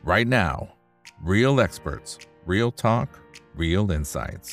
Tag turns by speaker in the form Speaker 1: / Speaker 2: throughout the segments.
Speaker 1: right now. Real experts, real talk, real insights.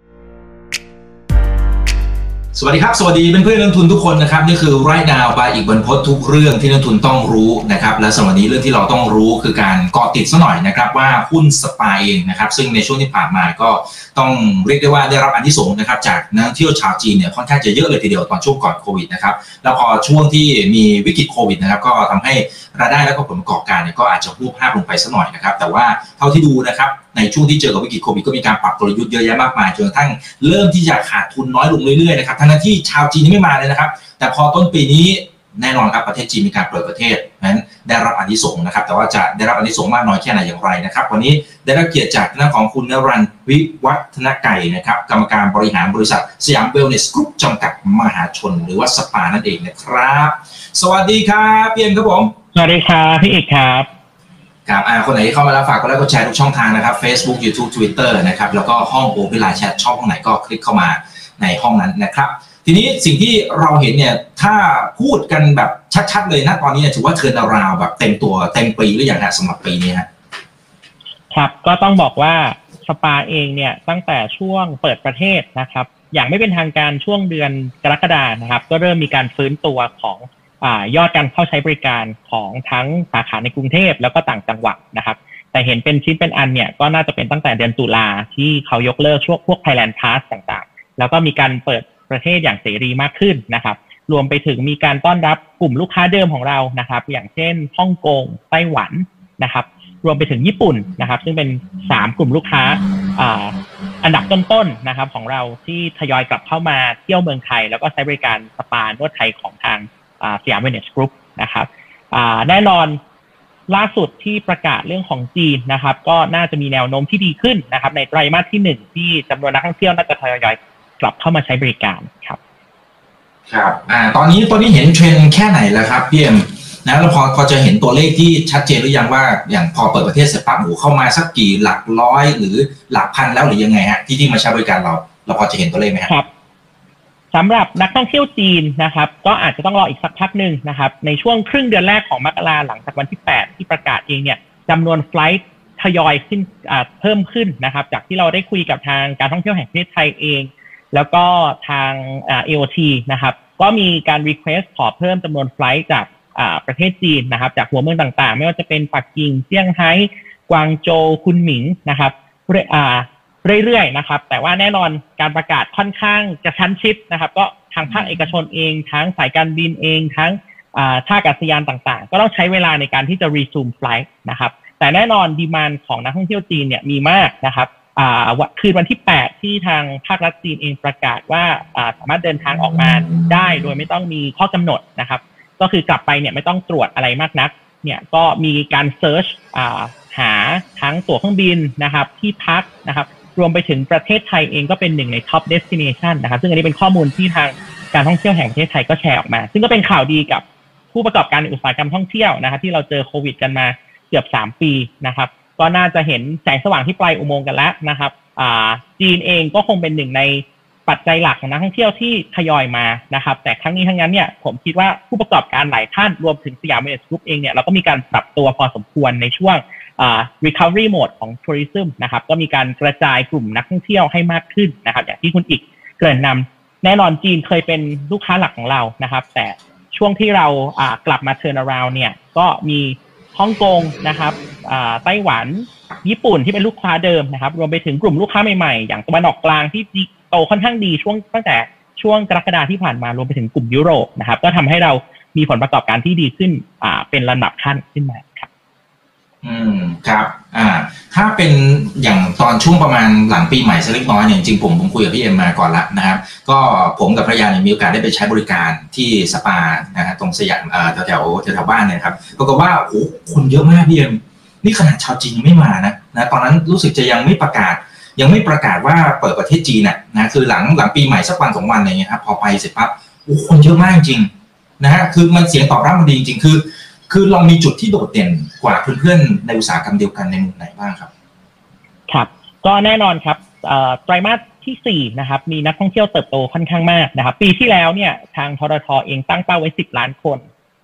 Speaker 2: สวัสดีครับสวัสดีเพื่อนๆนักลงทุนทุกคนนะครับนี่คือไรท์นาวบายอีกบรรพตทุกเรื่องที่นักลงทุนต้องรู้นะครับและสำหรับวันนี้เรื่องที่เราต้องรู้คือการเกาะติดซะหน่อยนะครับว่าหุ้นสปาเองนะครับซึ่งในช่วงที่ผ่านมาก็ต้องเรียกได้ว่าได้รับอานิสงส์นะครับจากนักท่องเที่ยวชาวจีนเนี่ยค่อนข้างจะเยอะเลยทีเดียวตอนช่วงก่อนโควิดนะครับแล้วพอช่วงที่มีวิกฤตโควิดนะครับก็ทำให้รายได้และก็ผลประกอบการเนี่ยก็อาจจะวูบภาพลงไปสักหน่อยนะครับแต่ว่าเท่าที่ดูนะครับในช่วงที่เจอกับวิกฤตโควิดก็มีการปรับกลยุทธ์เยอะแยะมากมายจนกระทั่งเริ่มที่จะขาดทุนน้อยลงเรื่อยๆนะครับทั้งที่ชาวจีนไม่มาเลยนะครับแต่พอต้นปีนี้แน่นอนครับประเทศจีนมีการเปิดประเทศนั้นได้รับอานิสงส์นะครับแต่ว่าจะได้รับอานิสงส์มากน้อยแค่ไหนอย่างไรนะครับวันนี้ได้รับเกียรติจากหน้าของคุณนรันทร์ วิวัฒนไก่นะครับกรรมการบริหารบริษัทสยามเวลเนสกรุ๊ปจำกัดมหาชนหรือว่าสปานั่นเองนะครับสวัสดีครับพี่เอ็มครับผม
Speaker 3: สวัสดีครับพี่เอกครับ
Speaker 2: ครับคนไหนที่เข้ามาแล้วฝากกดไลค์กดแชร์ทุกช่องทางนะครับ Facebook YouTube Twitter นะครับแล้วก็ห้องโอเปร่าแชทช่องไหนก็คลิกเข้ามาในห้องนั้นนะครับทีนี้สิ่งที่เราเห็นเนี่ยถ้าพูดกันแบบชัดๆเลยนะตอนนี้ถือว่าเทิร์นอราวด์แบบเต็มตัวเต็มปีหรือยังฮะสำหรับปีนี้ฮะ
Speaker 3: ครับก็ต้องบอกว่าสปาเองเนี่ยตั้งแต่ช่วงเปิดประเทศนะครับอย่างไม่เป็นทางการช่วงเดือนกรกฎาคมนะครับก็เริ่มมีการฟื้นตัวของยอดการเข้าใช้บริการของทั้งสาขาในกรุงเทพแล้วก็ต่างจังหวัดนะครับแต่เห็นเป็นชิ้นเป็นอันเนี่ยก็น่าจะเป็นตั้งแต่เดือนตุลาที่เขายกเลิกช่วงพวก Thailand Pass ต่างๆแล้วก็มีการเปิดประเทศอย่างเสรีมากขึ้นนะครับรวมไปถึงมีการต้อนรับกลุ่มลูกค้าเดิมของเรานะครับอย่างเช่นฮ่องกงไต้หวันนะครับรวมไปถึงญี่ปุ่นนะครับซึ่งเป็น3กลุ่มลูกค้าอันดับต้นๆนะครับของเราที่ทยอยกลับเข้ามาเที่ยวเมืองไทยแล้วก็ใช้บริการสปานวดไทยของทางสยามเวลเนสกรุ๊ปนะครับแน่นอนล่าสุดที่ประกาศเรื่องของจีนนะครับก็น่าจะมีแนวโน้มที่ดีขึ้นนะครับในไตรมาสที่1ที่จำนวนนักท่องเที่ยวน่าจะทยอยกลับเข้ามาใช้บริการครับ
Speaker 2: ครับตอนนี้เห็นเทรนด์แค่ไหนแล้วครับพี่เอ็มนะแล้วพอจะเห็นตัวเลขที่ชัดเจนหรือยังว่าอย่างพอเปิดประเทศเสร็จปั๊บเข้ามาสักกี่หลักร้อยหรือหลักพันแล้วหรือยังไงฮะที่มาใช้บริการเราพอจะเห็นตัวเลขไหม
Speaker 3: ครับสำหรับนักท่องเที่ยวจีนนะครับก็อาจจะต้องรออีกสักพักหนึ่งนะครับในช่วงครึ่งเดือนแรกของมกราหลังจากวันที่8ที่ประกาศเองเนี่ยจำนวนไฟลท์ทยอยขึ้นเพิ่มขึ้นนะครับจากที่เราได้คุยกับทางการท่องเที่ยวแห่งประเทศไทยเองแล้วก็ทางAOT นะครับก็มีการ request ขอเพิ่มจำนวนไฟลท์จากประเทศจีนนะครับจากหัวเมืองต่างๆไม่ว่าจะเป็นปักกิ่งเซี่ยงไฮ้กวางโจวคุนหมิงนะครับเรื่อยๆนะครับแต่ว่าแน่นอนการประกาศค่อนข้างกระชั้นชิดนะครับก็ทางภาคเอกชนเองทั้งสายการบินเองทั้งท่าอากาศยานต่างๆก็ต้องใช้เวลาในการที่จะ resume flight นะครับแต่แน่นอนดีมานด์ของนักท่องเที่ยวจีนเนี่ยมีมากนะครับคืนวันที่8ที่ทางภาครัฐจีนเองประกาศว่าสามารถเดินทางออกมาได้โดยไม่ต้องมีข้อกำหนดนะครับก็คือกลับไปเนี่ยไม่ต้องตรวจอะไรมากนักเนี่ยก็มีการเซิร์ชหาทั้งตั๋วเครื่องบินนะครับที่พักนะครับรวมไปถึงประเทศไทยเองก็เป็นหนึ่งใน top destination นะครับซึ่งอันนี้เป็นข้อมูลที่ทางการท่องเที่ยวแห่งประเทศไทยก็แชร์ออกมาซึ่งก็เป็นข่าวดีกับผู้ประกอบการในอุตสาหกรรมท่องเที่ยวนะครับที่เราเจอโควิดกันมาเกือบ3ปีนะครับก็น่าจะเห็นแสงสว่างที่ปลายอุโมงค์กันแล้วนะครับจีนเองก็คงเป็นหนึ่งในปัจจัยหลักของนักท่องเที่ยวที่ทยอยมานะครับแต่ครั้งนี้ทั้งนั้นเนี่ยผมคิดว่าผู้ประกอบการหลายท่านรวมถึงสยามเวลเนสกรุ๊ปเองเนี่ยเราก็มีการปรับตัวพอสมควรในช่วงrecovery mode ของ tourism นะครับก็มีการกระจายกลุ่มนักท่องเที่ยวให้มากขึ้นนะครับอย่างที่คุณอีกเกริ่นนำแน่นอนจีนเคยเป็นลูกค้าหลักของเรานะครับแต่ช่วงที่เรากลับมา turn around เนี่ยก็มีฮ่องกงนะครับไต้หวันญี่ปุ่นที่เป็นลูกค้าเดิมนะครับรวมไปถึงกลุ่มลูกค้าใหม่ๆอย่างตะวันออกกลางที่โตค่อนข้างดีตั้งแต่ช่วงกรกฎาคมที่ผ่านมารวมไปถึงกลุ่มยุโรปนะครับก็ทำให้เรามีผลประกอบการที่ดีขึ้นเป็นลำดับขั้นขึ้นมาครับ
Speaker 2: ครับถ้าเป็นอย่างตอนช่วงประมาณหลังปีใหม่สักเล็กน้อยเนี่ยจริงผมคุยกับพี่เอ็มมาก่อนละนะครับก็ผมกับภรรยาเนี่ยมีโอกาสได้ไปใช้บริการที่สปานะฮะตรงสยามแถวบ้านเนี่ยครับปรากฏว่าโอ้คนเยอะมากพี่เอ็มนี่ขนาดชาวจีนยังไม่มานะตอนนั้นรู้สึกจะยังไม่ประกาศว่าเปิดประเทศจีนนะคือหลังปีใหม่สักวัน2วันอะไรเงี้ยครับพอไปเสร็จปั๊บโอ้คนเยอะมากจริงนะฮะคือมันเสียงตอบรับมันดีจริงคือเรามีจุดที่โดดเด่นกว่าเพื่อนๆในอุตสาหกรรมเดียวกันในมุมไหนบ้างครับ
Speaker 3: ครับก็แน่นอนครับไตรมาสที่4นะครับมีนักท่องเที่ยวเติบโตค่อนข้างมากนะครับปีที่แล้วเนี่ยทางททท.เองตั้งเป้าไว้10ล้านคนส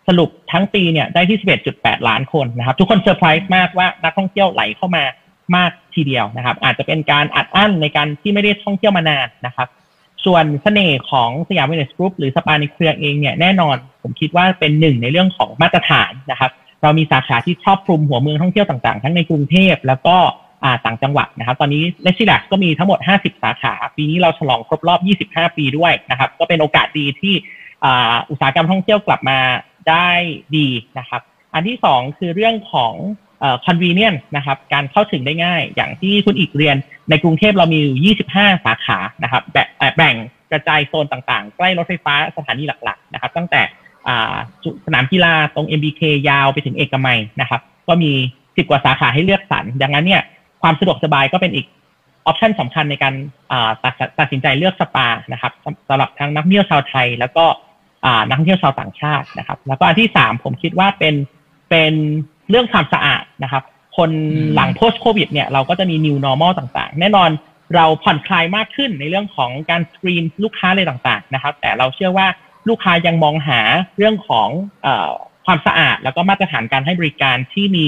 Speaker 3: สรุปทั้งปีเนี่ยได้ที่ 11.8 ล้านคนนะครับทุกคนเซอร์ไพรส์มากว่านักท่องเที่ยวไหลเข้ามามากทีเดียวนะครับอาจจะเป็นการอัดอั้นในการที่ไม่ได้ท่องเที่ยวมานานนะครับส่วนเสน่ห์ของสยามเวลเนสกรุ๊ปหรือสปาในเครือเองเนี่ยแน่นอนผมคิดว่าเป็นหนึ่งในเรื่องของมาตรฐานนะครับเรามีสาขาที่ครอบคลุมหัวเมืองท่องเที่ยวต่างๆทั้งในกรุงเทพแล้วก็ต่างจังหวัดนะครับตอนนี้ Leisure ก็มีทั้งหมด50สาขาปีนี้เราฉลองครบรอบ25ปีด้วยนะครับก็เป็นโอกาสดีที่อุตสาหกรรมท่องเที่ยวกลับมาได้ดีนะครับอันที่2คือเรื่องของconvenience นะครับการเข้าถึงได้ง่ายอย่างที่คุณอีกเรียนในกรุงเทพเรามีอยู่25สาขานะครับแบ่งกระจายโซนต่างๆใกล้รถไฟฟ้าสถานีหลักๆนะครับตั้งแต่สนามกีฬาตรง MBK ยาวไปถึงเอกมัยนะครับก็มี10กว่าสาขาให้เลือกสรรดังนั้นเนี่ยความสะดวกสบายก็เป็นอีกออปชันสำคัญในการตัดสินใจเลือกสปานะครับสำหรับทั้งนักท่องเที่ยวชาวไทยแล้วก็นักท่องเที่ยวชาวต่างชาตินะครับแล้วก็อันที่3ผมคิดว่าเป็นเรื่องความสะอาดนะครับคนหลัง post covid เนี่ยเราก็จะมี new normal ต่างๆแน่นอนเราผ่อนคลายมากขึ้นในเรื่องของการสกรีนลูกค้าอะไรต่างๆนะครับแต่เราเชื่อว่าลูกค้ายังมองหาเรื่องของความสะอาดแล้วก็มาตรฐานการให้บริการที่มี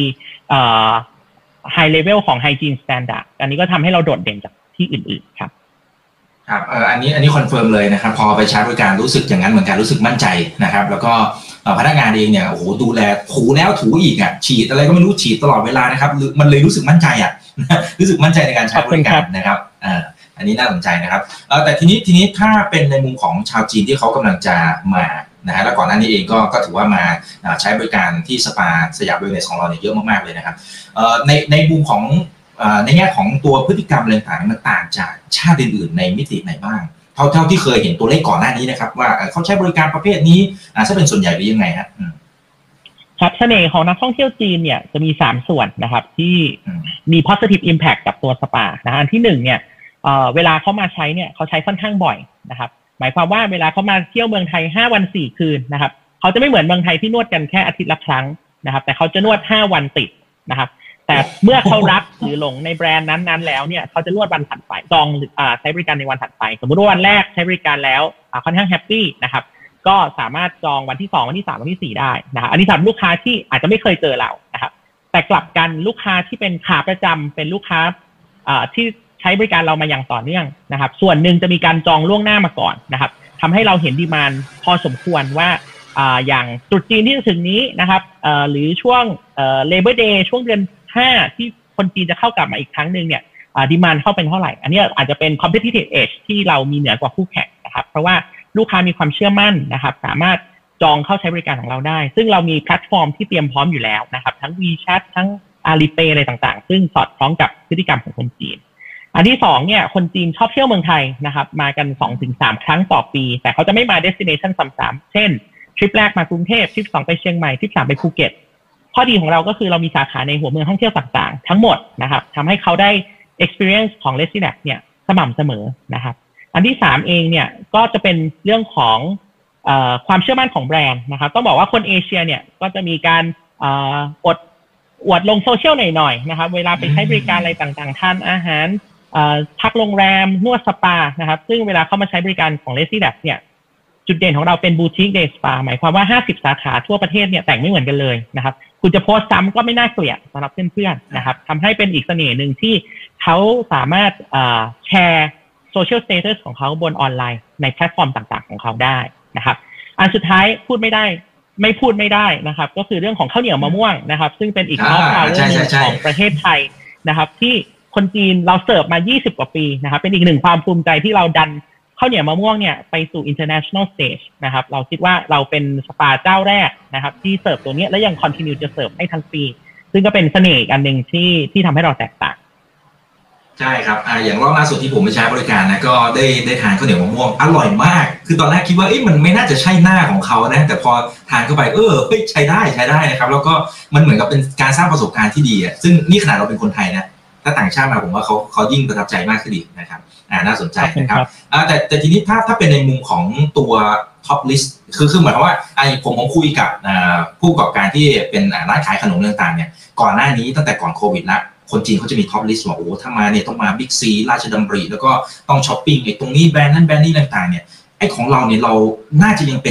Speaker 3: high level ของ hygiene standard อันนี้ก็ทำให้เราโดดเด่นจากที่อื่นๆครับ
Speaker 2: ครับอันนี้คอนเฟิร์มเลยนะครับพอไปใช้บริการรู้สึกอย่างนั้นเหมือนกันรู้สึกมั่นใจนะครับแล้วก็พนักงานเองเนี่ยโอ้โหดูแลถูแล้วถูอีกอ่ะฉีดอะไรก็ไม่รู้ฉีดตลอดเวลานะครับมันเลยรู้สึกมั่นใจอ่ะรู้สึกมั่นใจในการใช้บริการนะครับอันนี้น่าสนใจนะครับแต่ทีนี้ถ้าเป็นในมุมของชาวจีนที่เขากำลังจะมานะฮะแล้วก่อนหน้านี้เองก็ถือว่ามาใช้บริการที่สปาสยามเวลเนสของเราเนี่ยเยอะมากๆเลยนะครับในมุมของในแง่ของตัวพฤติกรรมอะไรต่างๆมันต่างจากชาติอื่นๆในมิติไหนบ้างเท่าที่เคยเห็นตัวเลขก่อนหน้านี้นะครับว่าเขาใช้บริการประเภทนี้จะเป็นส่วนใหญ่หรือยังไงครับ
Speaker 3: ครับเสน่ห์ของนักท่องเที่ยวจีนเนี่ยจะมี3ส่วนนะครับที่มี positive impact กับตัวสปานะอันที่1เนี่ยเวลาเขามาใช้เนี่ยเขาใช้ค่อนข้างบ่อยนะครับหมายความว่าเวลาเขามาเที่ยวเมืองไทย5วัน4คืนนะครับเขาจะไม่เหมือนเมืองไทยที่นวดกันแค่อาทิตย์ละครั้งนะครับแต่เขาจะนวด5วันติดนะครับแต่เมื่อเขารักหรือหลงในแบรนด์นั้นๆแล้วเนี่ยเขาจะนวดวันถัดไปจองใช้บริการในวันถัดไปสมมุติว่าวันแรกใช้บริการแล้วค่อนข้างแฮปปี้นะครับก็สามารถจองวันที่2วันที่3วันที่4ได้นะครับอันนี้สำหรับลูกค้าที่อาจจะไม่เคยเจอเรานะครับแต่กลับกันลูกค้าที่เป็นขาประจำเป็นลูกค้าที่ใช้บริการเรามาอย่างต่อเนื่องนะครับส่วนหนึ่งจะมีการจองล่วงหน้ามาก่อนนะครับทำให้เราเห็นดีมานด์พอสมควรว่าอย่างตรุษจีนที่จะถึงนี้นะครับหรือช่วงLabor Day ช่วงเดือน5ที่คนจีนจะเข้ากลับมาอีกครั้งนึงเนี่ยดีมานด์เข้าเป็นเท่าไหร่อันนี้อาจจะเป็น competitive edge ที่เรามีเหนือกว่าคู่แข่งนะครับเพราะว่าลูกค้ามีความเชื่อมั่นนะครับสามารถจองเข้าใช้บริการของเราได้ซึ่งเรามีแพลตฟอร์มที่เตรียมพร้อมอยู่แล้วนะครับทั้ง WeChat ทั้ง Alipay อะไรต่างๆซึ่งสอดคล้องกับพฤติกรรมของคนจีนอันที่2เนี่ยคนจีนชอบเที่ยวเมืองไทยนะครับมากัน 2-3 ครั้งต่อปีแต่เขาจะไม่มา destination ซ้ำๆเช่นทริปแรกมากรุงเทพทริป2ไปเชียงใหม่ทริป3ไปภูเก็ตข้อดีของเราก็คือเรามีสาขาในหัวเมืองท่องเที่ยวต่างๆทั้งหมดนะครับทำให้เขาได้ experience ของ Leisure เนี่ยสม่ำเสมอนะครับอันที่3เองเนี่ยก็จะเป็นเรื่องของความเชื่อมั่นของแบรนด์นะครับต้องบอกว่าคนเอเชียเนี่ยก็จะมีการอวดลงโซเชียลหน่อยๆนะครับเวลาไปใช้บริการอะไรต่างๆทานอาหารพักโรงแรมนวดสปานะครับซึ่งเวลาเข้ามาใช้บริการของ Leisure เนี่ยจุดเด่นของเราเป็นบูติกเดย์สปาหมายความว่า50สาขาทั่วประเทศเนี่ยแต่งไม่เหมือนกันเลยนะครับคุณจะโพสต์ซ้ำก็ไม่น่าเกลียดสำหรับเพื่อนๆนะครับทำให้เป็นอีกเสน่ห์หนึ่งที่เขาสามารถแชร์โซเชียลสเตตัสของเขาบนออนไลน์ในแพลตฟอร์มต่างๆของเขาได้นะครับอันสุดท้ายพูดไม่ได้นะครับก็คือเรื่องของข้าวเหนียวมะม่วงนะครับซึ่งเป็นอีกซอฟต์พาวเวอร์ของประเทศไทยนะครับที่คนจีนเราเสิร์ฟมา20กว่าปีนะครับเป็นอีกหนึ่งความภูมิใจที่เราดันข้าวเหนียวมะม่วงเนี่ยไปสู่ international stage นะครับเราคิดว่าเราเป็นสปาเจ้าแรกนะครับที่เสิร์ฟตัวนี้และยัง continue จะเสิร์ฟให้ทั้งปีซึ่งก็เป็นเสน่ห์อีกอันหนึ่งที่ทำให้เราแตกต่าง
Speaker 2: ใช่ครับอย่างรอบล่าสุดที่ผมไปใช้บริการนะก็ได้ทานข้าวเหนียวมะม่วงอร่อยมากคือตอนแรกคิดว่ามันไม่น่าจะใช่หน้าของเขานะแต่พอทานเข้าไปใช้ได้นะครับแล้วก็มันเหมือนกับเป็นการสร้างประสบการณ์ที่ดีอ่ะซึ่งนี่ขนาดเราเป็นคนไทยนะถ้าต่างชาติมาผมว่าเขายิ่งประทับใจมากขึ้นอีกนะครับน่าสนใจนะครับแต่ทีนี้ถ้าเป็นในมุมของตัวท็อปลิสต์คือหมายความว่าผมคุยกับผู้ประกอบการที่เป็นร้านขายขนมต่างๆเนี่ยก่อนหน้านี้ตั้งแต่ก่อนโควิดละคนจีนเขาจะมีท็อปลิสต์ว่าถ้ามาเนี่ยต้องมาบิ๊กซีราชดำริแล้วก็ต้องช้อปปิ้งตรงนี้แบรนด์นั้นแบรนด์นี้ต่างๆเนี่ยของเราเนี่ยเราน่าจะยังเป็น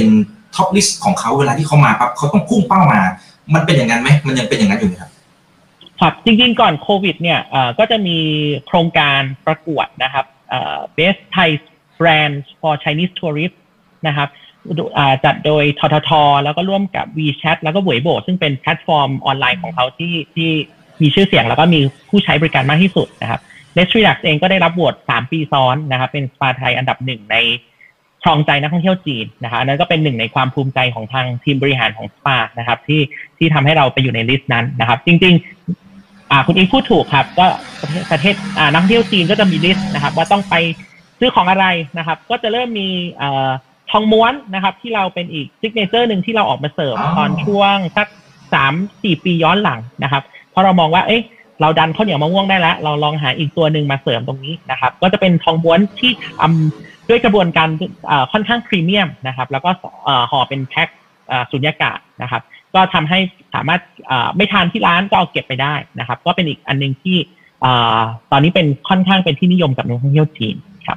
Speaker 2: ท็อปลิสต์ของเขาเวลาที่เขามาปั๊บเขาต้องพุ่งเป้ามามันเป็นอย่างนั้นไหมมันยังเป็นอย่างนั้นอยู่ไหมครับ
Speaker 3: ครับจริงๆก่อนโควิดเนี่ยก็จะมีโครงการประกวดนะครับBest Thai Brands for Chinese Tourists นะครับจัดโดยททท.แล้วก็ร่วมกับ WeChat แล้วก็ Weibo ซึ่งเป็นแพลตฟอร์มออนไลน์ของเขาที่มีชื่อเสียงแล้วก็มีผู้ใช้บริการมากที่สุดนะครับ Lestridax เองก็ได้รับโหวต3 ปีซ้อนนะครับเป็นสปาไทยอันดับ1ในครองใจนักท่องเที่ยวจีนนะครับอันนั้นก็เป็นหนึ่งในความภูมิใจของทางทีมบริหารของสปานะครับที่ทำให้เราไปอยู่ในลิสต์นั้นนะครับจริงๆคุณอิงพูดถูกครับก็ประเทศนักท่องเที่ยวจีนก็จะมีลิสต์นะครับว่าต้องไปซื้อของอะไรนะครับก็จะเริ่มมีทองม้วนนะครับที่เราเป็นอีกซิกเนเจอร์หนึ่งที่เราออกมาเสิร์ฟตอนช่วงสัก 3-4 ปีย้อนหลังนะครับเพราะเรามองว่าเราดันข้าวเหนียวมะม่วงได้แล้วเราลองหาอีกตัวหนึ่งมาเสริมตรงนี้นะครับก็จะเป็นทองม้วนที่ทำด้วยกระบวนการค่อนข้างพรีเมียมนะครับแล้วก็ห่อเป็นแพ็คสุญญากาศนะครับก็ทำให้สามารถไม่ทานที่ร้านก็เอาเก็บไปได้นะครับก็เป็นอีกอันนึงที่ตอนนี้เป็นค่อนข้างเป็นที่นิยมกับนักท่องเที่ยวจีนครับ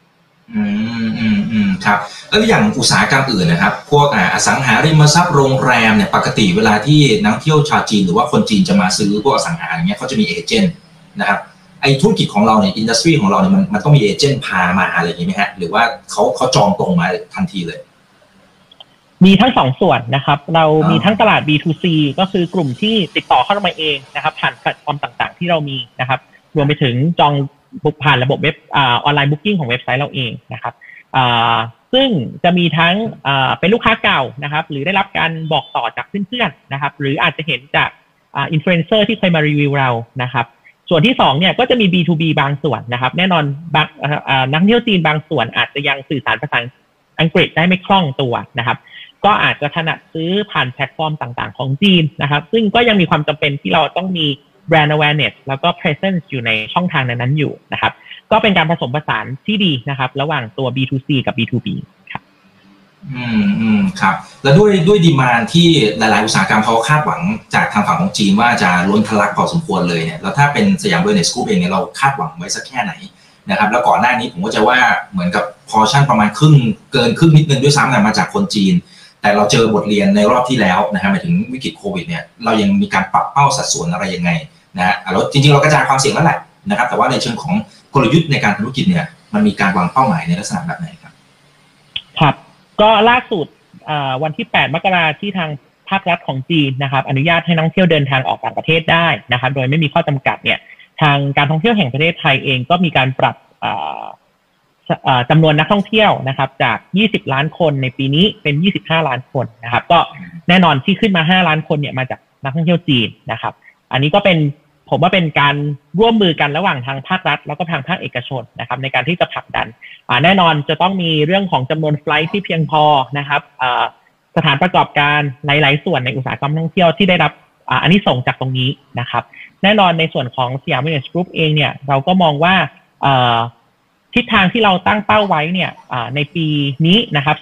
Speaker 2: ครับแล้วอย่างอุตสาหกรรมอื่นนะครับพวกอสังหาริมทรัพย์โรงแรมเนี่ยปกติเวลาที่นักท่องเที่ยวชาวจีนหรือว่าคนจีนจะมาซื้อพวกอสังหาอย่างเงี้ยเขาจะมีเอเจนต์นะครับไอ้ธุรกิจของเราเนี่ยอินดัสทรีของเราเนี่ยมันต้องมีเอเจนต์พามาอะไรอย่างงี้ไหมฮะหรือว่าเขาจองตรงมาทันทีเลย
Speaker 3: มีทั้ง2ส่วนนะครับเรามีทั้งตลาด B2C ก็คือกลุ่มที่ติดต่อเข้ามาเองนะครับผ่านแพลตฟอร์มต่างๆที่เรามีนะครับรวมไปถึงจองผ่านระบบเว็บออนไลน์บุ๊กิ้งของเว็บไซต์เราเองนะครับซึ่งจะมีทั้งเป็นลูกค้าเก่านะครับหรือได้รับการบอกต่อจากเพื่อนๆนะครับหรืออาจจะเห็นจากอินฟลูเอนเซอร์ที่เคยมารีวิวเรานะครับส่วนที่2เนี่ยก็จะมี B2B บางส่วนนะครับแน่นอนนักท่องเที่ยวจีนบางส่วนอาจจะยังสื่อสารภาษาอังกฤษได้ไม่คล่องตัวนะครับก็อาจจะถนัดซื้อผ่านแพลตฟอร์มต่างๆของจีนนะครับซึ่งก็ยังมีความจำเป็นที่เราต้องมี brand awareness แล้วก็ presence อยู่ในช่องทางนั้นๆอยู่นะครับก็เป็นการผสมผสานที่ดีนะครับระหว่างตัว B2C กับ B2B ครับ
Speaker 2: ครับแล้วด้วยดีมานด์ที่หลายๆอุตสาหกรรมเขาคาดหวังจากทางฝั่งของจีนว่าจะล้นทะลักพอสมควรเลยเนี่ยแล้วถ้าเป็นสยามเวลเนสกรุ๊ปเองเนี่ยเราคาดหวังไว้สักแค่ไหนนะครับแล้วก่อนหน้านี้ผมก็จะว่าเหมือนกับพอชั่นประมาณครึ่งเกินครึ่งนิดนึงด้วยซ้ำมาจากคนจีนแต่เราเจอบทเรียนในรอบที่แล้วนะครับหมายถึงวิกฤตโควิดเนี่ยเรายังมีการปรับเป้าสัดส่วนอะไรยังไงนะฮะแล้วจริงๆเรากระจายความเสี่ยงแล้วแหละนะครับแต่ว่าในเชิงของกลยุทธ์ในการทำธุรกิจเนี่ยมันมีการวางเป้าหมายในลักษณะแบบไหนครับ
Speaker 3: ครับก็ล่าสุดวันที่8 มกราคมที่ทางภาครัฐของจีนนะครับอนุญาตให้นักท่องเที่ยวเดินทางออกต่างประเทศได้นะครับโดยไม่มีข้อจำกัดเนี่ยทางการท่องเที่ยวแห่งประเทศไทยเองก็มีการปรับจำนวนนักท่องเที่ยวนะครับจาก20 ล้านคนในปีนี้เป็น25 ล้านคนนะครับก็แน่นอนที่ขึ้นมา5 ล้านคนเนี่ยมาจากนักท่องเที่ยวจีนนะครับอันนี้ก็เป็นผมว่าเป็นการร่วมมือกันระหว่างทางภาครัฐแล้วก็ทางภาคเอกชนนะครับในการที่จะผลักดันแน่นอนจะต้องมีเรื่องของจำนวนไฟลท์ที่เพียงพอนะครับสถานประกอบการหลายๆส่วนในอุตสาหกรรมท่องเที่ยวที่ได้รับอานิสงส์จากตรงนี้นะครับแน่นอนในส่วนของสยามเวลเนสกรุ๊ปเองเนี่ยเราก็มองว่าทิศทางที่เราตั้งเป้าไว้เนี่ยในปีนี้นะครับ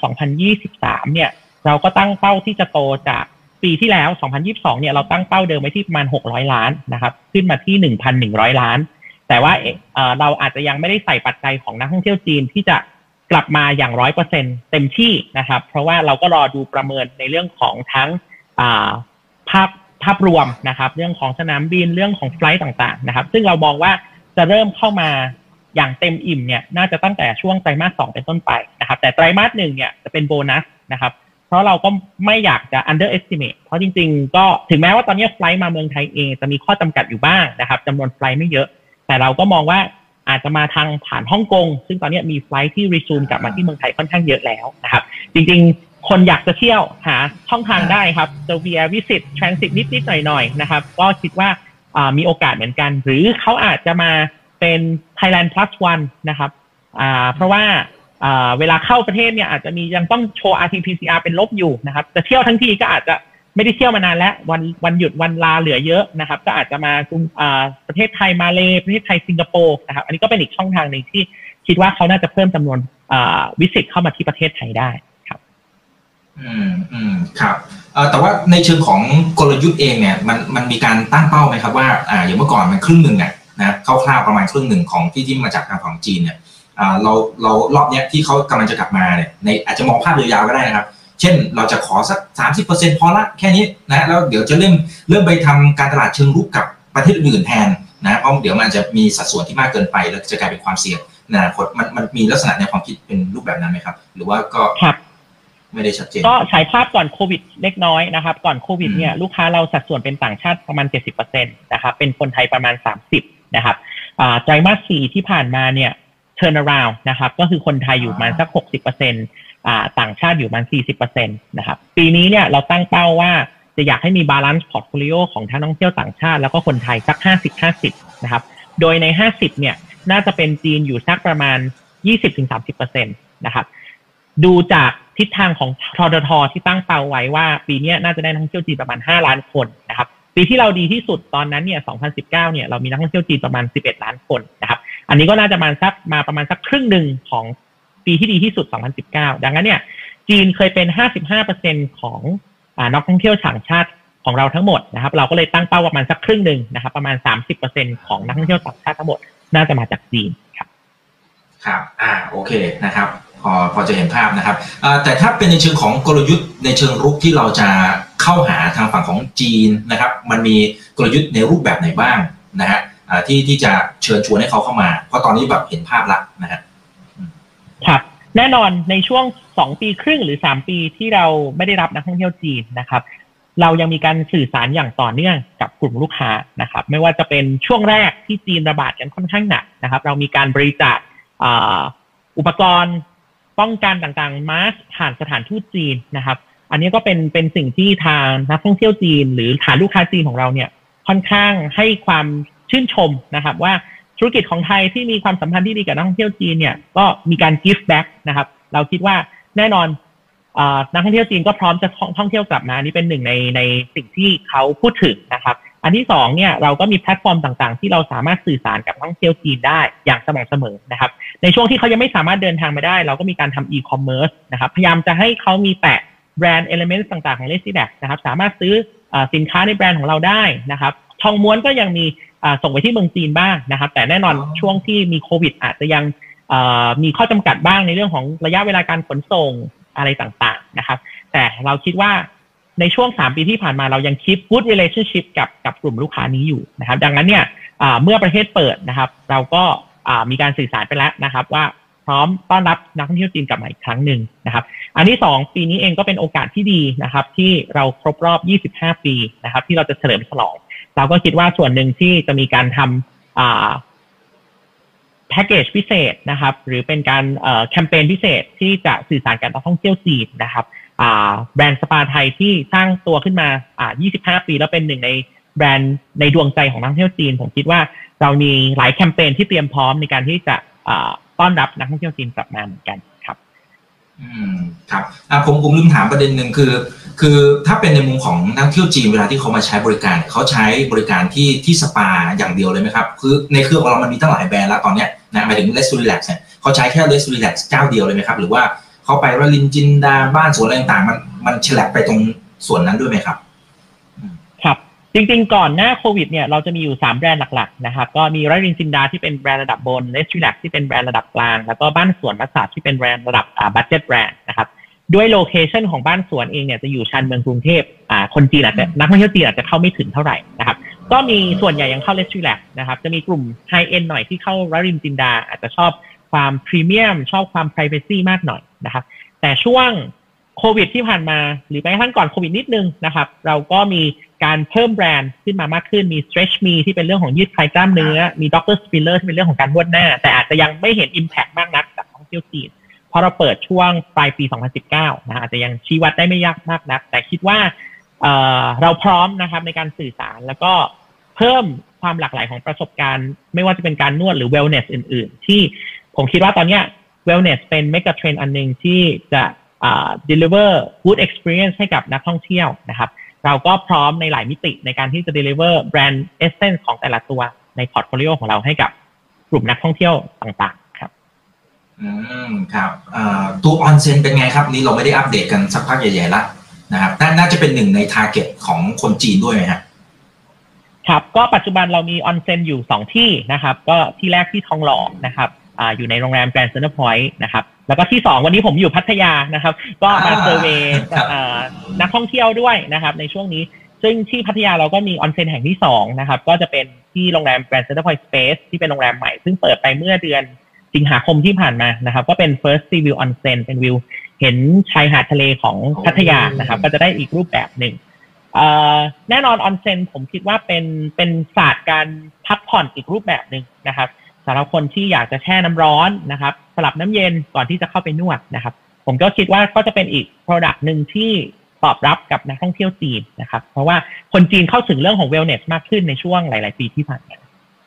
Speaker 3: 2023เนี่ยเราก็ตั้งเป้าที่จะโตจากปีที่แล้ว2022เนี่ยเราตั้งเป้าเดิมไว้ที่ประมาณ600 ล้านนะครับขึ้นมาที่ 1,100 ล้านแต่ว่าเราอาจจะยังไม่ได้ใส่ปัจจัยของนักท่องเที่ยวจีนที่จะกลับมาอย่าง 100% เต็มที่นะครับเพราะว่าเราก็รอดูประเมินในเรื่องของทั้งภาพรวมนะครับเรื่องของสนามบินเรื่องของไฟลท์ต่างๆนะครับซึ่งเรามองว่าจะเริ่มเข้ามาอย่างเต็มอิ่มเนี่ยน่าจะตั้งแต่ช่วงไตรมาส 2เป็นต้นไปนะครับแต่ไตรมาส 1เนี่ยจะเป็นโบนัสนะครับเพราะเราก็ไม่อยากจะ underestimate เพราะจริงๆก็ถึงแม้ว่าตอนนี้ไฟลท์มาเมืองไทยเองจะมีข้อจำกัดอยู่บ้างนะครับจำนวนไฟลท์ไม่เยอะแต่เราก็มองว่าอาจจะมาทางผ่านฮ่องกงซึ่งตอนนี้มีไฟลท์ที่รีซูมกลับมาที่เมืองไทยค่อนข้างเยอะแล้วนะครับจริงๆคนอยากจะเที่ยวหาช่องทางได้ครับจะ via visit transit นิดๆหน่อยๆนะครับก็คิดว่ามีโอกาสเหมือนกันหรือเขาอาจจะมาเป็น Thailand Plus One นะครับเพราะว่าเวลาเข้าประเทศเนี่ยอาจจะมียังต้องโชว์ RT-PCR เป็นลบอยู่นะครับจะเที่ยวทั้งทีก็อาจจะไม่ได้เที่ยวมานานแล้ววันหยุดวันลาเหลือเยอะนะครับก็อาจจะมาประเทศไทยมาเลประเทศไทยสิงคโปร์นะครับอันนี้ก็เป็นอีกช่องทางหนึ่งที่คิดว่าเขาน่าจะเพิ่มจำนวนวิสิตเข้ามาที่ประเทศไทยได้ครับ
Speaker 2: ครับแต่ว่าในเชิงของกลยุทธ์เองเนี่ยมันมีการตั้งเป้าไหมครับว่าอย่างเมื่อก่อนมันครึ่งหนึ่งนะคร่าวๆประมาณครึ่งหนึ่งของที่มาจากทางฝั่งจีนเนี่ยเรารอบนี้ที่เขากำลังจะกลับมาเนี่ยในอาจจะมองภาพยาวๆก็ได้นะครับเช่นเราจะขอสัก 30% พอละแค่นี้นะแล้วเดี๋ยวจะเริ่มไปทำการตลาดเชิงรุกกับประเทศอื่นแทนนะเพราะเดี๋ยวมันจะมีสัดส่วนที่มากเกินไปแล้วจะกลายเป็นความเสี่ยงในอนาคตมันมีลักษณะในความคิดเป็นรูปแบบนั้นไหมครับหรือว่าก็ไม่ได้ชัดเจน
Speaker 3: ก็ฉายภาพก่อนโควิดเล็กน้อยนะครับก่อนโควิดเนี่ยลูกค้าเราสัดส่วนเป็นต่างชาติประมาณ 70% นะครับเป็นคนไทยประมาณ 30%นะครับไตรมาส 4ที่ผ่านมาเนี่ย turn around นะครับก็คือคนไทยอยู่ประมาณสัก 60%ต่างชาติอยู่ประมาณ 40% นะครับปีนี้เนี่ยเราตั้งเป้าว่าจะอยากให้มี balance portfolio ของทั้งนักท่องเที่ยวต่างชาติแล้วก็คนไทยสัก 50-50 นะครับโดยใน 50 เนี่ยน่าจะเป็นจีนอยู่สักประมาณ 20-30% นะครับดูจากทิศทางของททท.ที่ตั้งเป้าไว้ว่าปีนี้น่าจะได้นักท่องเที่ยวจีนประมาณ5ล้านคนนะครับปีที่เราดีที่สุดตอนนั้นเนี่ย2019เนี่ยเรามีนักท่องเที่ยวจีนประมาณ11ล้านคนนะครับอันนี้ก็น่าจะมาประมาณสักครึ่งหนึ่งของปีที่ดีที่สุด2019ดังนั้นเนี่ยจีนเคยเป็น 55% ของนักท่องเที่ยวต่างชาติของเราทั้งหมดนะครับเราก็เลยตั้งเป้าประมาณสักครึ่งหนึ่งนะครับประมาณ 30% ของนักท่องเที่ยวต่างชาติทั้งหมดน่าจะมาจากจีนครับ
Speaker 2: ครับโอเคนะครับพอจะเห็นภาพนะครับแต่ถ้าเป็นในเชิงของกลยุทธ์ในเชิงรุกที่เราจะเข้าหาทางฝั่งของจีนนะครับมันมีกลยุทธ์ในรูปแบบไหนบ้างนะฮะที่จะเชิญชวนให้เขาเข้ามาเพราะตอนนี้แบบเห็นภาพละนะฮะ
Speaker 3: ครับแน่นอนในช่วง2ปีครึ่งหรือ3ปีที่เราไม่ได้รับนักท่องเที่ยวจีนนะครับเรายังมีการสื่อสารอย่างต่อเนื่องกับกลุ่มลูกค้านะครับไม่ว่าจะเป็นช่วงแรกที่จีนระบาดกันค่อนข้างหนักนะครับเรามีการบริจาคอุปกรณ์ป้องกันต่างๆมาสผ่านสถานทูตจีนนะครับอันนี้ก็เป็นสิ่งที่ทางนักท่องเที่ยวจีนหรือฐานลูกค้าจีนของเราเนี่ยค่อนข้างให้ความชื่นชมนะครับว่าธุรกิจของไทยที่มีความสัมพันธ์ที่ดีกับนักท่องเที่ยวจีนเนี่ยก็มีการ give back นะครับเราคิดว่าแน่นอนนักท่องเที่ยวจีนก็พร้อมจะท่องเที่ยวกลับมานี่เป็นหนึ่งในสิ่งที่เขาพูดถึงนะครับอันที่สองเนี่ยเราก็มีแพลตฟอร์มต่างๆที่เราสามารถสื่อสารกับนักท่องเที่ยวจีนได้อย่างสม่ำเสมอนะครับในช่วงที่เขายังไม่สามารถเดินทางมาได้เราก็มีการทำ e-commerce นะครับพยายามจะให้เขามีแปะแบรนด์ element ต่างๆของ Lexiback นะครับสามารถซื้อสินค้าในแบรนด์ของเราได้นะครับทองม้วนก็ยังมีส่งไปที่เมืองจีนบ้างนะครับแต่แน่นอนช่วงที่มีโควิดอาจจะยังมีข้อจำกัดบ้างในเรื่องของระยะเวลาการขนส่งอะไรต่างๆนะครับแต่เราคิดว่าในช่วง3ปีที่ผ่านมาเรายัง keep good relationship กับกลุ่มลูกค้านี้อยู่นะครับดังนั้นเนี่ยเมื่อประเทศเปิดนะครับเราก็มีการสื่อสารไปแล้วนะครับว่าพร้อมต้อนรับนักท่องเที่ยวจีนกลับมาอีกครั้งหนึ่งนะครับอันที่2ปีนี้เองก็เป็นโอกาสที่ดีนะครับที่เราครบรอบ25ปีนะครับที่เราจะเฉลิมฉลองเราก็คิดว่าส่วนหนึ่งที่จะมีการทำแพ็กเกจพิเศษนะครับหรือเป็นการแคมเปญพิเศษที่จะสื่อสารกับนักท่องเที่ยวจีนนะครับแบรนด์สปาไทยที่สร้างตัวขึ้นมา25ปีแล้วเป็นหนึ่งในแบรนด์ในดวงใจของนักท่องเที่ยวจีนผมคิดว่าเรามีหลายแคมเปญที่เตรียมพร้อมในการที่จะต้อนรับนักท่องเที่ยวจีนกลับมาเหมือนกันครับ
Speaker 2: ครับผมลืมถามประเด็นหนึ่งคือถ้าเป็นในมุมของนักท่องเที่ยวจีนเวลาที่เขามาใช้บริการเขาใช้บริการที่สปาอย่างเดียวเลยไหมครับคือในเครือของเรามันมีตั้งหลายแบรนด์แล้วตอนนี้นะหมายถึง Lex-Relax เนี่ยเขาใช้แค่ Lex-Relax เจ้าเดียวเลยไหมครับหรือว่าเขาไปวลินจินดาบ้านสวนอะไรต่างๆมันฉลับไปตรงส่วนนั้นด้วยไหมครับ
Speaker 3: ครับจริงๆก่อนหน้าโควิดเนี่ยเราจะมีอยู่3แบรนด์หลักๆนะครับก็มีวลินจินดาที่เป็นแบรนด์ระดับบน Lex-Relax ที่เป็นแบรนด์ระดับกลางแล้วก็บ้านสวนมัสสาดที่เป็นแบรนด์ระดับบัดเจ็ตแบรนด์นะครับด้วยโลเคชันของบ้านสวนเองเนี่ยจะอยู่ชานเมืองกรุงเทพคนจีนอาจจะนักท่องเที่ยวจีนอาจจะเข้าไม่ถึงเท่าไหร่นะครับก็มีส่วนใหญ่ยังเข้า Lex-Relax นะครับจะมีกลุ่มไฮเอ็นหน่อยที่เข้าวลินจินดาอาจจะชอบความพรีเมียมชอบความ privacy มากหน่อยนะครับแต่ช่วงโควิดที่ผ่านมาหรือแม้กระทั่งก่อนโควิดนิดนึงนะครับเราก็มีการเพิ่มแบรนด์ขึ้นมามากขึ้นมี Stretch Me ที่เป็นเรื่องของยืดคลายกล้ามเนื้อมี Dr. Spiller ที่เป็นเรื่องของการนวดหน้าแต่อาจจะยังไม่เห็น impact มากนักจากนักท่องเที่ยวจีนเพราะเราเปิดช่วงปลายปี2019นะอาจจะยังชี้วัดได้ไม่ยากมากนักแต่คิดว่าเราพร้อมนะครับในการสื่อสารแล้วก็เพิ่มความหลากหลายของประสบการณ์ไม่ว่าจะเป็นการนวดหรือ wellness อื่นๆที่ผมคิดว่าตอนนี้wellness เป็น mega trend อันนึงที่จะdeliver good experience ให้กับนักท่องเที่ยวนะครับเราก็พร้อมในหลายมิติในการที่จะ deliver brand essence ของแต่ละตัวใน portfolio ของเราให้กับกลุ่มนักท่องเที่ยวต่างๆครับ
Speaker 2: ครับตัวออนเซ็นเป็นไงครับนี่เราไม่ได้อัปเดตกันสักพักใหญ่ๆแล้วนะครับน่าจะเป็นหนึ่งใน target ของคนจีนด้วยไหมครับ
Speaker 3: ครับก็ปัจจุบันเรามีออนเซ็นอยู่2ที่นะครับก็ที่แรกที่ทองหล่อนะครับอยู่ในโรงแรม Grand Central Point นะครับแล้วก็ที่2วันนี้ผมอยู่พัทยานะครับก็มาเซอร์เวย์นักท่องเที่ยวด้วยนะครับในช่วงนี้ซึ่งที่พัทยาเราก็มีออนเซ็นแห่งที่2นะครับก็จะเป็นที่โรงแรม Grand Centerpoint Space ที่เป็นโรงแรมใหม่ซึ่งเปิดไปเมื่อเดือนสิงหาคมที่ผ่านมานะครับก็เป็น First Sea View Onsen เป็นวิวเห็นชายหาดทะเลของพัทยานะครับก็จะได้อีกรูปแบบหนึ่งแน่นอนออนเซ็นผมคิดว่าเป็นศาสตร์การพักผ่อนอีกรูปแบบหนึ่งนะครับสำหรับคนที่อยากจะแช่น้ำร้อนนะครับสลับน้ำเย็นก่อนที่จะเข้าไปนวดนะครับผมก็คิดว่าก็จะเป็นอีก product หนึ่งที่ตอบรับกับนักท่องเที่ยวจีนนะครับเพราะว่าคนจีนเข้าถึงเรื่องของ wellness มากขึ้นในช่วงหลายๆปีที่ผ่านมา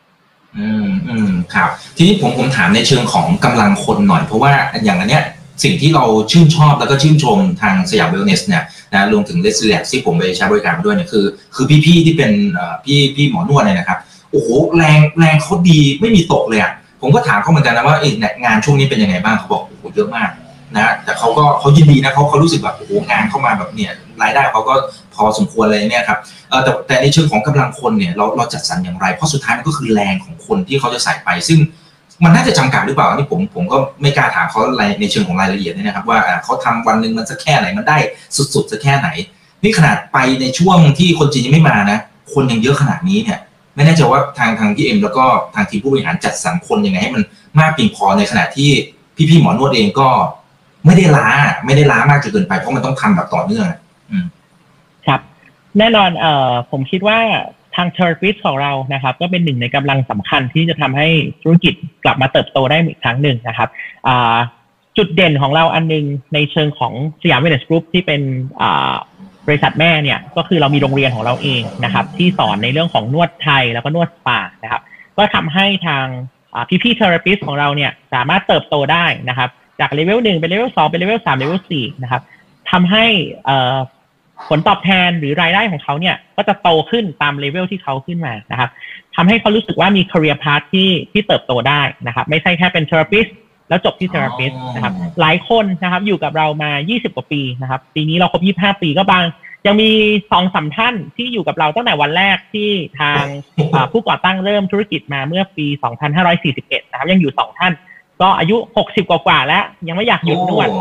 Speaker 2: ครับทีนี้ผมถามในเชิงของกำลังคนหน่อยเพราะว่าอย่างอันเนี้ยสิ่งที่เราชื่นชอบแล้วก็ชื่นชมทางสยามเวลเนสเนี่ยนะรวมถึง Resilience ที่ผมไปใช้บริการมาด้วยเนี่ยคือพี่ๆที่เป็นพี่หมอนวดเนี่ยนะครับโอ้โหแรงเขาดีไม่มีตกเลยอ่ะผมก็ถามเขาเหมือนกันนะว่างานช่วงนี้เป็นยังไงบ้างเขาบอกโอ้โหเยอะมากนะแต่เขายินดีนะเขารู้สึกแบบโอ้โหงานเข้ามาแบบเนี่ยรายได้เขาก็พอสมควรเลยเนี่ยครับแต่ในเชิงของกำลังคนเนี่ยเราจัดสรรอย่างไรเพราะสุดท้ายมันก็คือแรงของคนที่เขาจะใส่ไปซึ่งมันน่าจะจำกัดหรือเปล่านี่ผมก็ไม่กล้าถามเขาในเชิงของรายละเอียดเนี่ยนะครับว่าเขาทำวันนึงมันจะแค่ไหนมันได้สุดๆจะแค่ไหนนี่ขนาดไปในช่วงที่คนจีนยังไม่มานะคนยังเยอะขนาดนี้เนี่ยไม่แน่ใจว่าทางพี่เอ็มแล้วก็ทางทีมผู้บริหารจัดสรรคนยังไงให้มันมากเพียงพอในขณะที่พี่ๆหมอนวดเองก็ไม่ได้ล้ามากจนเกินไปเพราะมันต้องทำแบบต่อเนื่อง
Speaker 3: ครับแน่นอนผมคิดว่าทาง Therapist ของเรานะครับก็เป็นหนึ่งในกำลังสำคัญที่จะทำให้ธุรกิจกลับมาเติบโตได้อีกครั้งหนึ่งนะครับจุดเด่นของเราอันนึงในเชิงของสยาม Wellness Group ที่เป็นบริษัทแม่เนี่ยก็คือเรามีโรงเรียนของเราเองนะครับที่สอนในเรื่องของนวดไทยแล้วก็นวดสปานะครับก็ทำให้ทางพี่ๆ Therapist ของเราเนี่ยสามารถเติบโตได้นะครับจากเลเวล1เป็นเลเวล2เป็นเลเวล3เลเวล4นะครับทำให้ผลตอบแทนหรือรายได้ของเขาเนี่ยก็จะโตขึ้นตามเลเวลที่เขาขึ้นมานะครับทำให้เขารู้สึกว่ามี career path ที่เติบโตได้นะครับไม่ใช่แค่เป็น therapist แล้วจบที่ therapist นะครับหลายคนนะครับอยู่กับเรามา20กว่าปีนะครับปีนี้เราครบ25ปีก็บางยังมี 2-3 ท่านที่อยู่กับเราตั้งแต่วันแรกที่ทางผู้ก่อตั้งเริ่มธุรกิจมาเมื่อปี2541นะครับยังอยู่2ท่านก็อายุ60กว่าแล้วยังไม่อยากหยุดนวด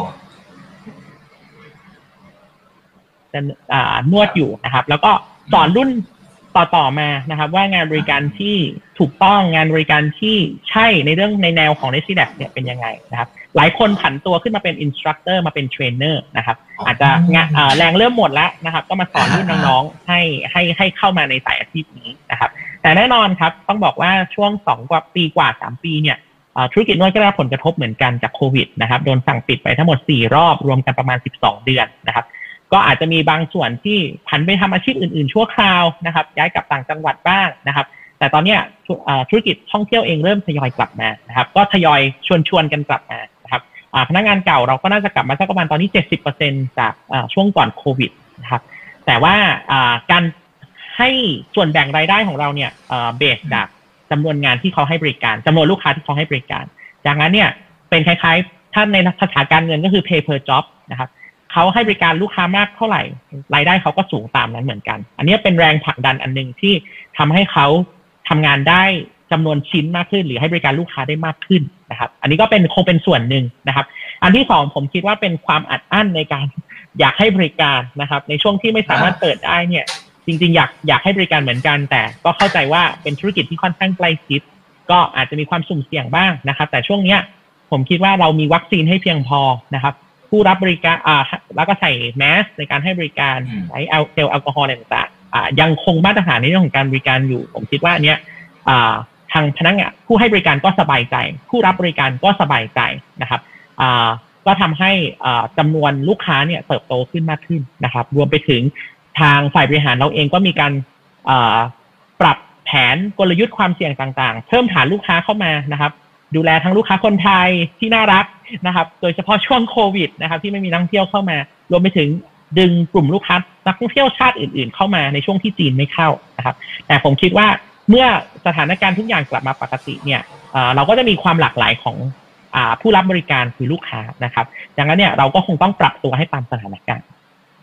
Speaker 3: นวดอยู่นะครับแล้วก็สอนรุ่นต่อมานะครับว่างานบริการที่ถูกต้องงานบริการที่ใช่ในเรื่องในแนวของ Resilience เนี่ยเป็นยังไงนะครับหลายคนผันตัวขึ้นมาเป็น Instructor มาเป็น Trainer นะครับอาจจะแรงเริ่มหมดแล้วนะครับก็มาสอนรุ่นน้องๆให้เข้ามาในสายอาชีพนี้นะครับแต่แน่นอนครับต้องบอกว่าช่วง2 ปีกว่า3ปีเนี่ยธุรกิจนวดก็ได้รับผลกระทบเหมือนกันจากโควิดนะครับโดนสั่งปิดไปทั้งหมด4รอบรวมกันประมาณ12เดือนนะครับก็อาจจะมีบางส่วนที่ผันไปทำอาชีพอื่นๆชั่วคราวนะครับย้ายกลับต่างจังหวัดบ้างนะครับแต่ตอนนี้ธุรกิจท่องเที่ยวเองเริ่มทยอยกลับมานะครับก็ทยอยชวนกันกลับมานะครับพนักงานเก่าเราก็น่าจะกลับมาสักประมาณตอนนี้ 70% จากช่วงก่อนโควิดนะครับแต่ว่าการให้ส่วนแบ่งรายได้ของเราเนี่ยเบสจากจำนวนงานที่เขาให้บริการจำนวนลูกค้าที่เขาให้บริการจากนั้นเนี่ยเป็นคล้ายๆถ้าในภาษาการเงินก็คือ pay per job นะครับเขาให้บริการลูกค้ามากเท่าไหร่รายได้เขาก็สูงตามนั้นเหมือนกันอันนี้เป็นแรงผลักดันอันนึงที่ทำให้เขาทำงานได้จำนวนชิ้นมากขึ้นหรือให้บริการลูกค้าได้มากขึ้นนะครับอันนี้ก็คงเป็นส่วนหนึ่งนะครับอันที่2ผมคิดว่าเป็นความอัดอั้นในการอยากให้บริการนะครับในช่วงที่ไม่สามารถเปิดได้เนี่ยจริงๆอยากให้บริการเหมือนกันแต่ก็เข้าใจว่าเป็นธุรกิจที่ค่อนข้างใกล้ชิดก็อาจจะมีความสุ่มเสี่ยงบ้างนะครับแต่ช่วงนี้ผมคิดว่าเรามีวัคซีนให้เพียงพอนะครับผู้รับบริการแล้วก็ใส่แมสในการให้บริการใช้เจลแอลกอฮอล์ต่างๆยังคงมาตรฐานในเรื่องของการบริการอยู่ผมคิดว่าเนี้ยทางพนักงานผู้ให้บริการก็สบายใจผู้รับบริการก็สบายใจนะครับก็ทำให้จำนวนลูกค้าเนี่ยเติบโตขึ้นมากขึ้นนะครับรวมไปถึงทางฝ่ายบริหารเราเองก็มีการปรับแผนกลยุทธ์ความเสี่ยงต่างๆเพิ่มฐานลูกค้าเข้ามานะครับดูแลทั้งลูกค้าคนไทยที่น่ารักนะครับโดยเฉพาะช่วงโควิดนะครับที่ไม่มีนักท่องเที่ยวเข้ามารวมไปถึงดึงกลุ่มลูกค้านักท่องเที่ยวชาติอื่นๆเข้ามาในช่วงที่จีนไม่เข้านะครับแต่ผมคิดว่าเมื่อสถานการณ์ทุกอย่างกลับมาปกติเนี่ยเราก็จะมีความหลากหลายของผู้รับบริการคือลูกค้านะครับดังนั้นเนี่ยเราก็คงต้องปรับตัวให้ตามสถานการณ์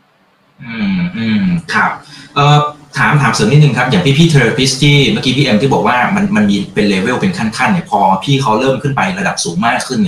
Speaker 2: ครับถามเสริมนิดนึงครับอย่างพี่เทอราปิสต์ที่เมื่อกี้พี่เอ็มที่บอกว่ามันมีเป็นเลเวลเป็นขั้นๆเนี่ยพอพี่เขาเริ่มขึ้นไประดับสูงมากขึ้นเนี่ย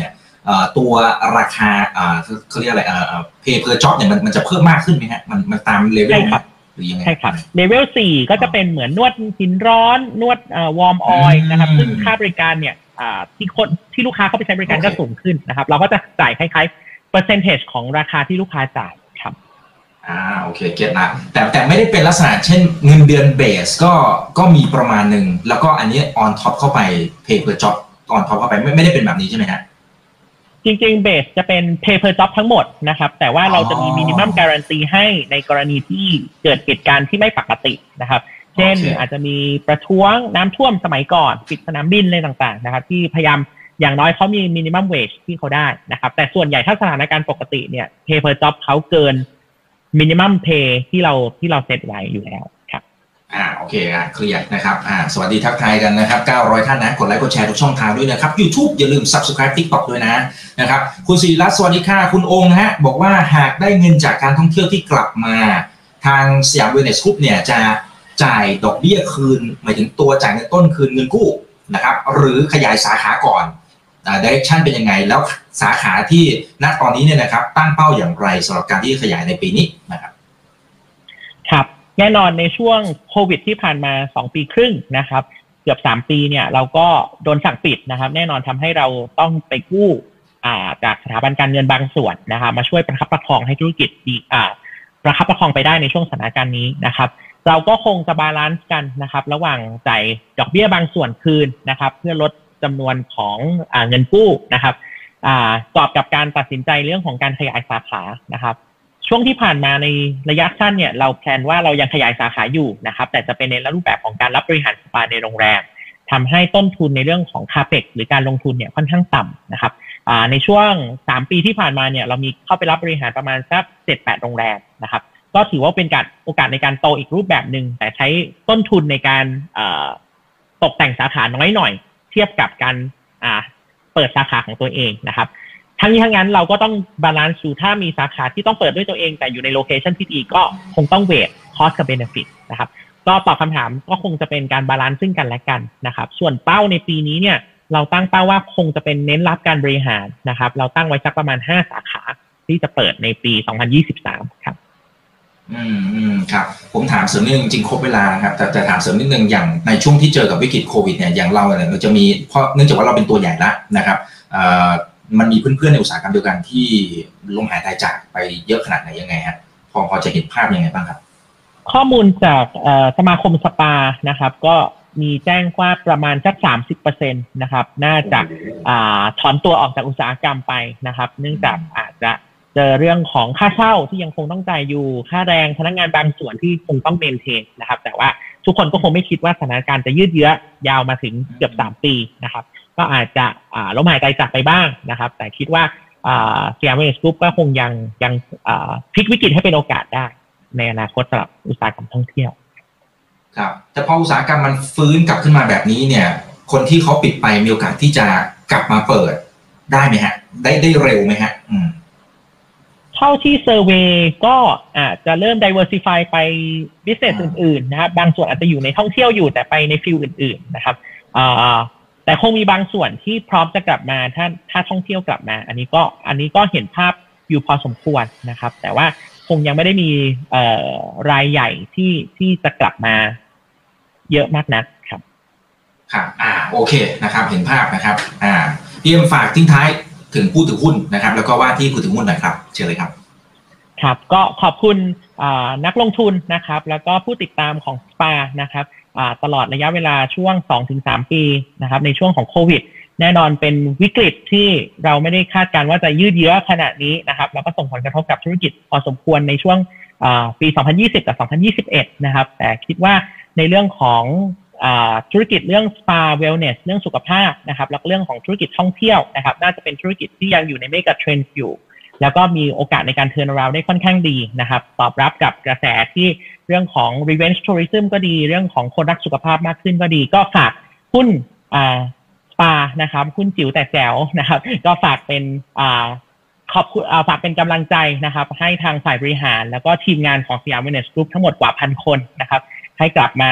Speaker 2: ตัวราคาเขาเรียกอะไรpay per job เนี่ยมันจะเพิ่มมากขึ้นไหมฮะมันตามเลเวลหรือยังไง
Speaker 3: ใช่ครับเลเวล4ก็จะเป็นเหมือนนวดหินร้อนนวดวอร์มออยล์นะครับซึ่งค่าบริการเนี่ยที่ลูกค้าเข้าไปใช้บริการก็สูงขึ้นนะครับเราก็จะจ่ายคล้ายๆ percentage ของราคาที่ลูกค้าจ่ายครับ
Speaker 2: โอเคเก็ตละแต่ไม่ได้เป็นลักษณะเช่นเงินเดือนเบสก็มีประมาณหนึ่งแล้วก็อันนี้ on top เข้าไป pay per job on top เข้าไปไม่ได้เป็นแบบนี้ใช่ไหมฮะ
Speaker 3: จริงๆเบสจะเป็น pay per job ทั้งหมดนะครับแต่ว่าเราจะมี minimum guarantee ให้ในกรณีที่เกิดเหตุการณ์ที่ไม่ปกตินะครับเช่นอาจจะมีประท้วงน้ำท่วมสมัยก่อนปิดสนามบินอะไรต่างๆนะครับที่พยายามอย่างน้อยเขามี minimum wage ที่เขาได้นะครับแต่ส่วนใหญ่ถ้าสถานการณ์ปกติเนี่ย pay per job เขาเกิน minimum pay ที่เราเซตไว้อยู่แล้วครับ
Speaker 2: โอเคเคลียร์นะครับสวัสดีทักทายกันนะครับ900ท่านนะกดไลค์กดแชร์ทุกช่องทางด้วยนะครับ YouTube อย่าลืม Subscribe TikTok ด้วยนะครับคุณศิริรัตน์สวัสดีค่ะคุณองค์นะฮะบอกว่าหากได้เงินจากการท่องเที่ยวที่กลับมาทางสยามเวลเนสกรุ๊ปเนี่ยจะจ่ายดอกเบี้ยคืนหมายถึงตัวจ่ายเงินต้นคืนเงินกู้นะครับหรือขยายสาขาก่อนdirection เป็นยังไงแล้วสาขาที่ณตอนนี้เนี่ยนะครับตั้งเป้าอย่างไรสำหรับการที่ขยายในปีนี้นะครับ
Speaker 3: ครับแน่นอนในช่วงโควิดที่ผ่านมา2ปีครึ่งนะครับเกือบ3ปีเนี่ยเราก็โดนสั่งปิดนะครับแน่นอนทำให้เราต้องไปกู้จากสถาบันการเงินบางส่วนนะครับมาช่วยประคับประคองให้ธุรกิจดีประคับประคองไปได้ในช่วงสถานการณ์นี้นะครับเราก็คงจะบาลานซ์กันนะครับระหว่างจ่ายดอกเบี้ยบางส่วนคืนนะครับเพื่อลดจำนวนของเงินกู้นะครับสอบกับการตัดสินใจเรื่องของการขยายสาขานะครับช่วงที่ผ่านมาในระยะสั้นเนี่ยเราแพลนว่าเรายังขยายสาขาอยู่นะครับแต่จะเป็นในรูปแบบของการรับบริหารสปาในโรงแรมทำให้ต้นทุนในเรื่องของคาเปกหรือการลงทุนเนี่ยค่อนข้างต่ำนะครับในช่วง3ปีที่ผ่านมาเนี่ยเรามีเข้าไปรับบริหารประมาณสัก 7-8 โรงแรมนะครับก็ถือว่าเป็นโอกาสในการโตอีกรูปแบบนึงแต่ใช้ต้นทุนในการตกแต่งสาขาน้อยหน่อยเทียบกับการเปิดสาขาของตัวเองนะครับทั้งนี้ทั้งนั้นเราก็ต้องบาลานซ์ดูถ้ามีสาขาที่ต้องเปิดด้วยตัวเองแต่อยู่ในโลเคชันที่ดีก็คงต้องเวทคอสกับเบเนฟิตนะครับก็ตอบคำถามก็คงจะเป็นการบาลานซ์ซึ่งกันและกันนะครับส่วนเป้าในปีนี้เนี่ยเราตั้งเป้าว่าคงจะเป็นเน้นรับการบริหารนะครับเราตั้งไว้สักประมาณ5สาขาที่จะเปิดในปี2023ครับ
Speaker 2: ครับผมถามเสริมนิดนึงจริงครบเวลาครับแต่ถามเสริมนิดนึงอย่างในช่วงที่เจอกับวิกฤตโควิดเนี่ยอย่างเราเนี่ยเราจะมีเพราะเนื่องจากว่าเราเป็นตัวใหญ่ละนะครับมันมีเพื่อนๆในอุตสาหกรรมเดียวกันที่ล้มหายตายจากไปเยอะขนาดไหนยังไงฮะพอจะเห็นภาพยังไงบ้างครับ
Speaker 3: ข้อมูลจากสมาคมสปานะครับก็มีแจ้งว่าประมาณสัก 30% นะครับน่าจะถอนตัวออกจากอุตสาหกรรมไปนะครับเนื่องจากอาจจะเจอเรื่องของค่าเช่าที่ยังคงต้องจ่ายอยู่ค่าแรงพนักงานบางส่วนที่คงต้องเมนเทนนะครับแต่ว่าทุกคนก็คงไม่คิดว่าสถานการณ์จะยืดเยื้อยาวมาถึงเกือบ3ปีนะครับก็อาจจะล้มหายตายจากไปบ้างนะครับแต่คิดว่าสยามเวลเนสกรุ๊ปก็คงยังพลิกวิกฤตให้เป็นโอกาสได้ในอนาคตสำหรับอุตสาหกรรมท่องเที่ยว
Speaker 2: ครับแต่พออุตสาหกรรมมันฟื้นกลับขึ้นมาแบบนี้เนี่ยคนที่เขาปิดไปมีโอกาสที่จะกลับมาเปิดได้ไหมฮะได้เร็วไหมฮะ
Speaker 3: เท่าที่เซอร์เวย์ก็อาจจะเริ่ม diversify ไป business อื่นๆนะครับบางส่วนอาจจะอยู่ในท่องเที่ยวอยู่แต่ไปในฟิลอื่นๆนะครับแต่คงมีบางส่วนที่พร้อมจะกลับมาถ้าท่องเที่ยวกลับมาอันนี้ก็เห็นภาพอยู่พอสมควรนะครับแต่ว่าคงยังไม่ได้มีรายใหญ่ที่จะกลับมาเยอะมากนักครับ
Speaker 2: ครับโอเคนะครับเห็นภาพนะครับพี่เอ็มฝากทิ้งท้ายถึงผู้ถือหุ้นนะครับแล้วก็ว่าที่ผู้ถือหุ้นหน่อยครับเชิญเลยครับ
Speaker 3: ครับก็ขอบคุณนักลงทุนนะครับแล้วก็ผู้ติดตามของสปานะครับตลอดระยะเวลาช่วง 2-3 ปีนะครับในช่วงของโควิดแน่นอนเป็นวิกฤตที่เราไม่ได้คาดการณ์ว่าจะยืดเยื้อขนาดนี้นะครับแล้วก็ส่งผลกระทบกับธุรกิจพอสมควรในช่วงปี 2020 กับ 2021 นะครับแต่คิดว่าในเรื่องของธุรกิจเรื่องสปาเวลเนสเรื่องสุขภาพนะครับแล้วก็เรื่องของธุรกิจท่องเที่ยวนะครับน่าจะเป็นธุรกิจที่ยังอยู่ในเมกะเทรนด์อยู่แล้วก็มีโอกาสในการเทิร์นอราวด์ได้ค่อนข้างดีนะครับตอบรับกับกระแสที่เรื่องของ revenge tourism ก็ดีเรื่องของคนรักสุขภาพมากขึ้นก็ดีก็ฝากหุ้นสปานะครับหุ้นจิ๋วแต่แจ๋วนะครับก็ฝากเป็นขอบคุณฝากเป็นกำลังใจนะครับให้ทางฝ่ายบริหารแล้วก็ทีมงานของสยามเวลเนสกรุ๊ปทั้งหมดกว่า 1,000 คนนะครับให้กลับมา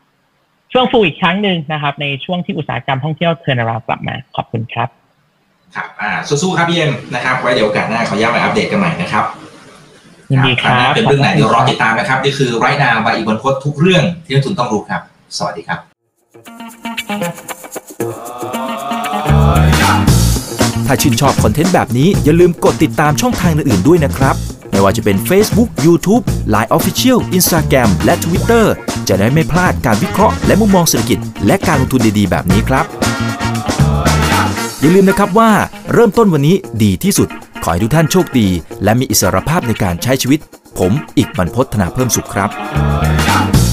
Speaker 3: ช่วงฟูอีกครั้งหนึ่งนะครับในช่วงที่อุตสาหกรรมท่องเที่ยวเทิร์นอราวด์กลับมาขอบคุณครับ
Speaker 2: ครับสู้ๆครับพี่เอ็มนะครับไว้เดี๋ยวโอกาสหน้าขออนุญาตมาอัปเดตกันใหม่นะครับ
Speaker 3: ยินดีครับ
Speaker 2: เป็นเรื่องไหนเดี๋ยวรอติดตามนะครับนี่คือไรท์นาวบายอีกบรรพตทุกเรื่องที่นักทุนต้องรู้ครับสวัสดีครับ
Speaker 4: ถ้าชื่นชอบคอนเทนต์แบบนี้อย่าลืมกดติดตามช่องทางอื่นๆด้วยนะครับไม่ว่าจะเป็น Facebook, YouTube, Line Official, Instagram และ Twitter จะได้ไม่พลาดการวิเคราะห์และมุมมองเศรษฐกิจและการลงทุนดีๆแบบนี้ครับอย่าลืมนะครับว่าเริ่มต้นวันนี้ดีที่สุดขอให้ทุกท่านโชคดีและมีอิสรภาพในการใช้ชีวิตผมอีกบรรพต ธนาเพิ่มสุขครับ